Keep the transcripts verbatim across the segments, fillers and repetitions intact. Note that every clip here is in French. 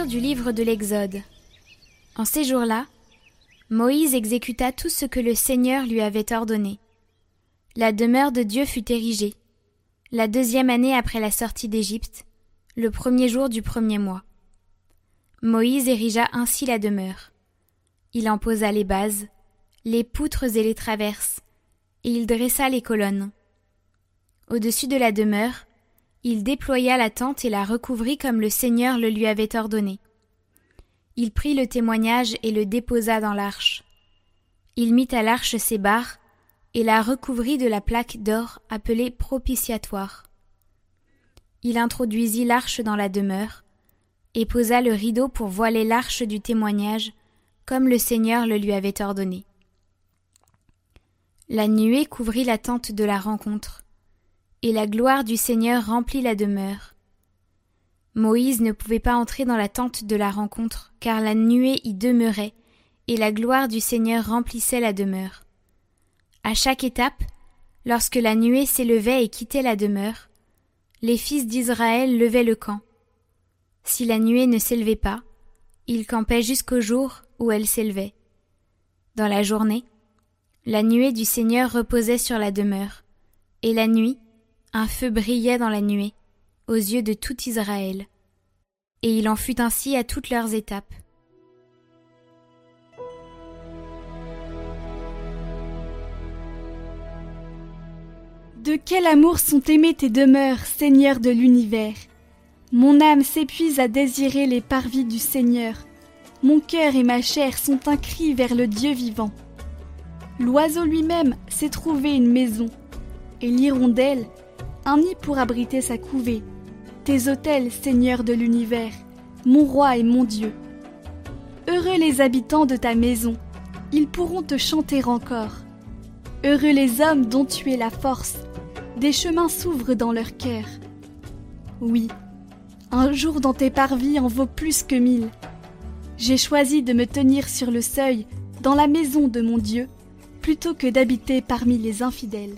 du livre de l'Exode. En ces jours-là, Moïse exécuta tout ce que le Seigneur lui avait ordonné. La demeure de Dieu fut érigée, la deuxième année après la sortie d'Égypte, le premier jour du premier mois. Moïse érigea ainsi la demeure. Il en posa les bases, les poutres et les traverses, et il dressa les colonnes. Au-dessus de la demeure, il déploya la tente et la recouvrit comme le Seigneur le lui avait ordonné. Il prit le témoignage et le déposa dans l'arche. Il mit à l'arche ses barres et la recouvrit de la plaque d'or appelée propitiatoire. Il introduisit l'arche dans la demeure et posa le rideau pour voiler l'arche du témoignage comme le Seigneur le lui avait ordonné. La nuée couvrit la tente de la rencontre, et la gloire du Seigneur remplit la demeure. Moïse ne pouvait pas entrer dans la tente de la rencontre, car la nuée y demeurait, et la gloire du Seigneur remplissait la demeure. À chaque étape, lorsque la nuée s'élevait et quittait la demeure, les fils d'Israël levaient le camp. Si la nuée ne s'élevait pas, ils campaient jusqu'au jour où elle s'élevait. Dans la journée, la nuée du Seigneur reposait sur la demeure, et la nuit, un feu brillait dans la nuée, aux yeux de tout Israël. Et il en fut ainsi à toutes leurs étapes. De quel amour sont aimées tes demeures, Seigneur de l'univers! Mon âme s'épuise à désirer les parvis du Seigneur. Mon cœur et ma chair sont un cri vers le Dieu vivant. L'oiseau lui-même s'est trouvé une maison, et l'hirondelle un nid pour abriter sa couvée. Tes autels, Seigneur de l'univers, mon roi et mon Dieu. Heureux les habitants de ta maison, ils pourront te chanter encore. Heureux les hommes dont tu es la force, des chemins s'ouvrent dans leur cœur. Oui, un jour dans tes parvis en vaut plus que mille. J'ai choisi de me tenir sur le seuil, dans la maison de mon Dieu, plutôt que d'habiter parmi les infidèles.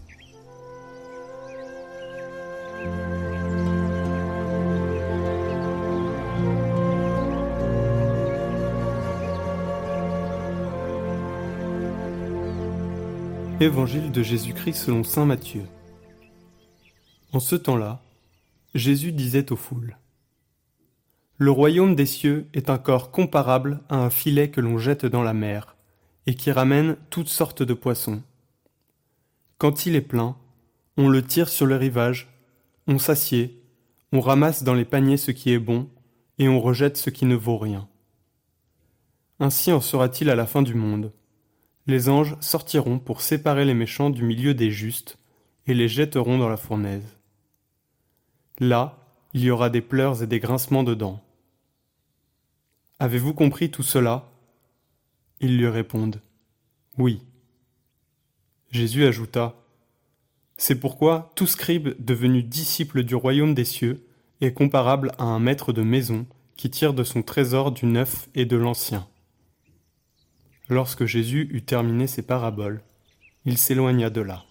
Évangile de Jésus-Christ selon saint Matthieu. En ce temps-là, Jésus disait aux foules : « Le royaume des cieux est un corps comparable à un filet que l'on jette dans la mer et qui ramène toutes sortes de poissons. Quand il est plein, on le tire sur le rivage, on s'assied, on ramasse dans les paniers ce qui est bon et on rejette ce qui ne vaut rien. Ainsi en sera-t-il à la fin du monde. Les anges sortiront pour séparer les méchants du milieu des justes et les jetteront dans la fournaise. Là, il y aura des pleurs et des grincements de dents. Avez-vous compris tout cela ? Ils lui répondent : Oui. Jésus ajouta : C'est pourquoi tout scribe devenu disciple du royaume des cieux est comparable à un maître de maison qui tire de son trésor du neuf et de l'ancien. Lorsque Jésus eut terminé ses paraboles, il s'éloigna de là.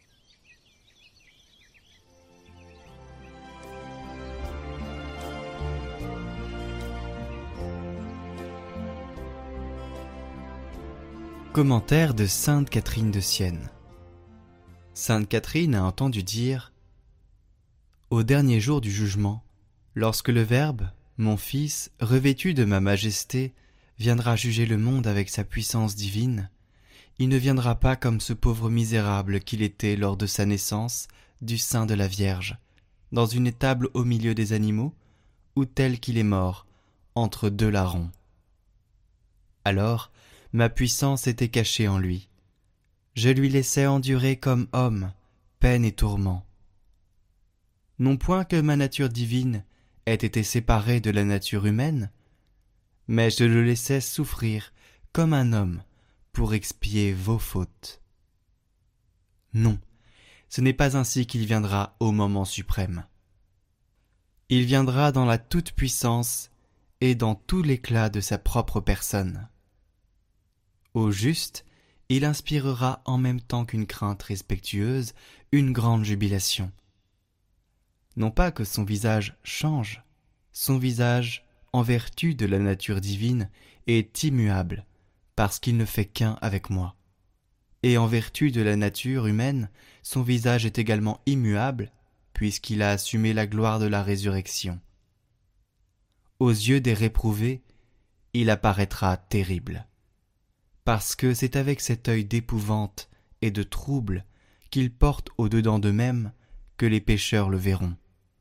Commentaire de sainte Catherine de Sienne. Sainte Catherine a entendu dire : Au dernier jour du jugement, lorsque le Verbe, mon Fils, revêtu de ma majesté, viendra juger le monde avec sa puissance divine, il ne viendra pas comme ce pauvre misérable qu'il était lors de sa naissance du sein de la Vierge, dans une étable au milieu des animaux, ou tel qu'il est mort, entre deux larrons. Alors, ma puissance était cachée en lui. Je lui laissais endurer comme homme peine et tourment. Non point que ma nature divine ait été séparée de la nature humaine, mais je le laissais souffrir comme un homme pour expier vos fautes. Non, ce n'est pas ainsi qu'il viendra au moment suprême. Il viendra dans la toute-puissance et dans tout l'éclat de sa propre personne. Au juste, il inspirera en même temps qu'une crainte respectueuse une grande jubilation. Non pas que son visage change, son visage en vertu de la nature divine, est immuable, parce qu'il ne fait qu'un avec moi. Et en vertu de la nature humaine, son visage est également immuable, puisqu'il a assumé la gloire de la résurrection. Aux yeux des réprouvés, il apparaîtra terrible, parce que c'est avec cet œil d'épouvante et de trouble qu'il porte au-dedans d'eux-mêmes que les pécheurs le verront.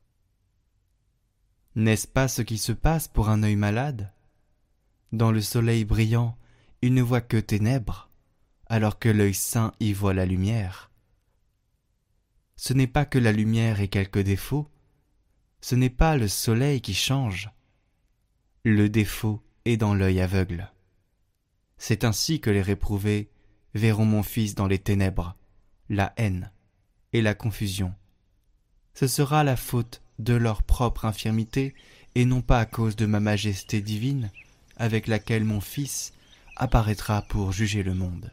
N'est-ce pas ce qui se passe pour un œil malade ? Dans le soleil brillant, il ne voit que ténèbres, alors que l'œil sain y voit la lumière. Ce n'est pas que la lumière ait quelques défauts, ce n'est pas le soleil qui change. Le défaut est dans l'œil aveugle. C'est ainsi que les réprouvés verront mon Fils dans les ténèbres, la haine et la confusion. Ce sera la faute de leur propre infirmité et non pas à cause de ma majesté divine avec laquelle mon Fils apparaîtra pour juger le monde.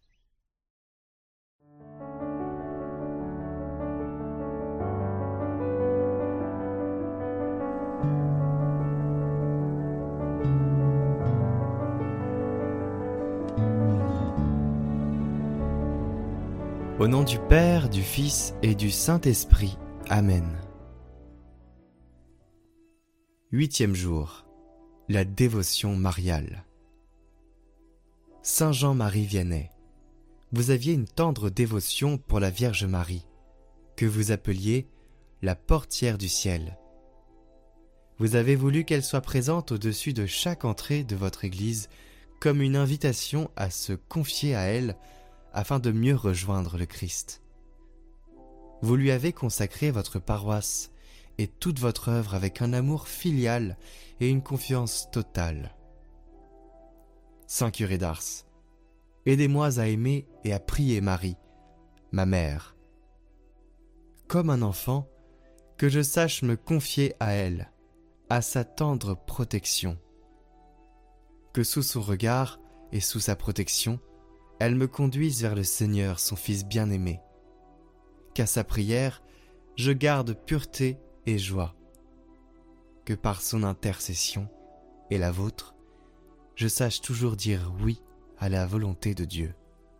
Au nom du Père, du Fils et du Saint-Esprit. Amen. Huitième jour. La dévotion mariale. Saint Jean-Marie Vianney, vous aviez une tendre dévotion pour la Vierge Marie, que vous appeliez la portière du ciel. Vous avez voulu qu'elle soit présente au-dessus de chaque entrée de votre Église comme une invitation à se confier à elle afin de mieux rejoindre le Christ. Vous lui avez consacré votre paroisse et toute votre œuvre avec un amour filial et une confiance totale. Saint curé d'Ars, aidez-moi à aimer et à prier Marie, ma mère. Comme un enfant, que je sache me confier à elle, à sa tendre protection. Que sous son regard et sous sa protection, elle me conduise vers le Seigneur, son Fils bien-aimé. Qu'à sa prière, je garde pureté et joie. Que par son intercession et la vôtre, je sache toujours dire oui à la volonté de Dieu.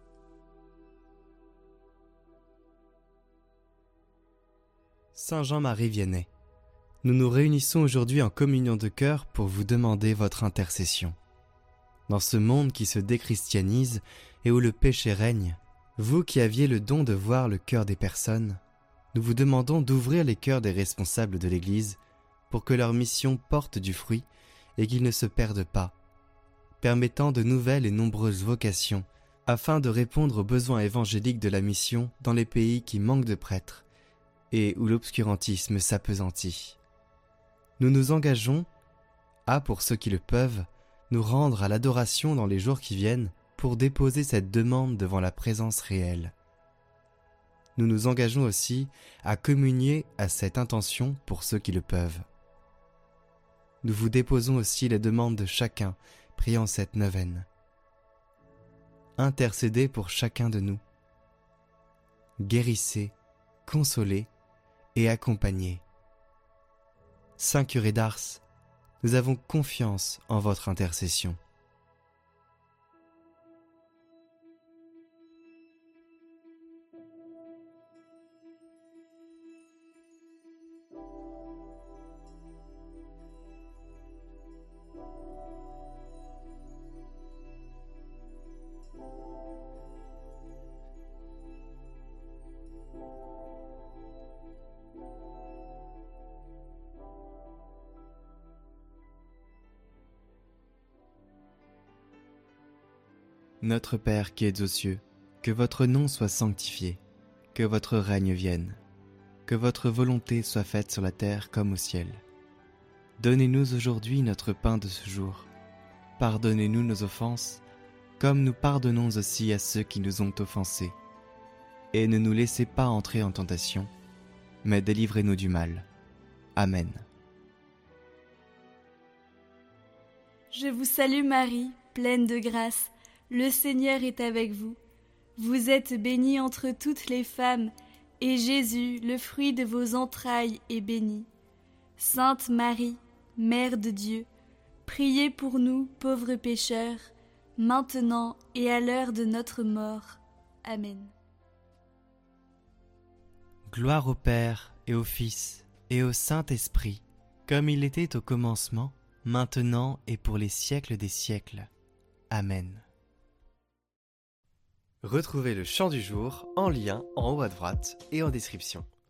Saint Jean-Marie Vianney, nous nous réunissons aujourd'hui en communion de cœur pour vous demander votre intercession. Dans ce monde qui se déchristianise et où le péché règne, vous qui aviez le don de voir le cœur des personnes, nous vous demandons d'ouvrir les cœurs des responsables de l'Église pour que leur mission porte du fruit et qu'ils ne se perdent pas, permettant de nouvelles et nombreuses vocations afin de répondre aux besoins évangéliques de la mission dans les pays qui manquent de prêtres et où l'obscurantisme s'appesantit. Nous nous engageons à, pour ceux qui le peuvent, nous rendre à l'adoration dans les jours qui viennent pour déposer cette demande devant la présence réelle. Nous nous engageons aussi à communier à cette intention pour ceux qui le peuvent. Nous vous déposons aussi les demandes de chacun priant cette neuvaine. Intercédez pour chacun de nous. Guérissez, consolez et accompagnez. Saint curé d'Ars, nous avons confiance en votre intercession. Notre Père qui êtes aux cieux, que votre nom soit sanctifié, que votre règne vienne, que votre volonté soit faite sur la terre comme au ciel. Donnez-nous aujourd'hui notre pain de ce jour. Pardonnez-nous nos offenses, comme nous pardonnons aussi à ceux qui nous ont offensés. Et ne nous laissez pas entrer en tentation, mais délivrez-nous du mal. Amen. Je vous salue Marie, pleine de grâce. Le Seigneur est avec vous. Vous êtes bénie entre toutes les femmes, et Jésus, le fruit de vos entrailles, est béni. Sainte Marie, Mère de Dieu, Priez pour nous, pauvres pécheurs, maintenant et à l'heure de notre mort. Amen. Gloire au Père et au Fils et au Saint-Esprit, comme il était au commencement, maintenant et pour les siècles des siècles. Amen. Retrouvez le chant du jour en lien en haut à droite et en description.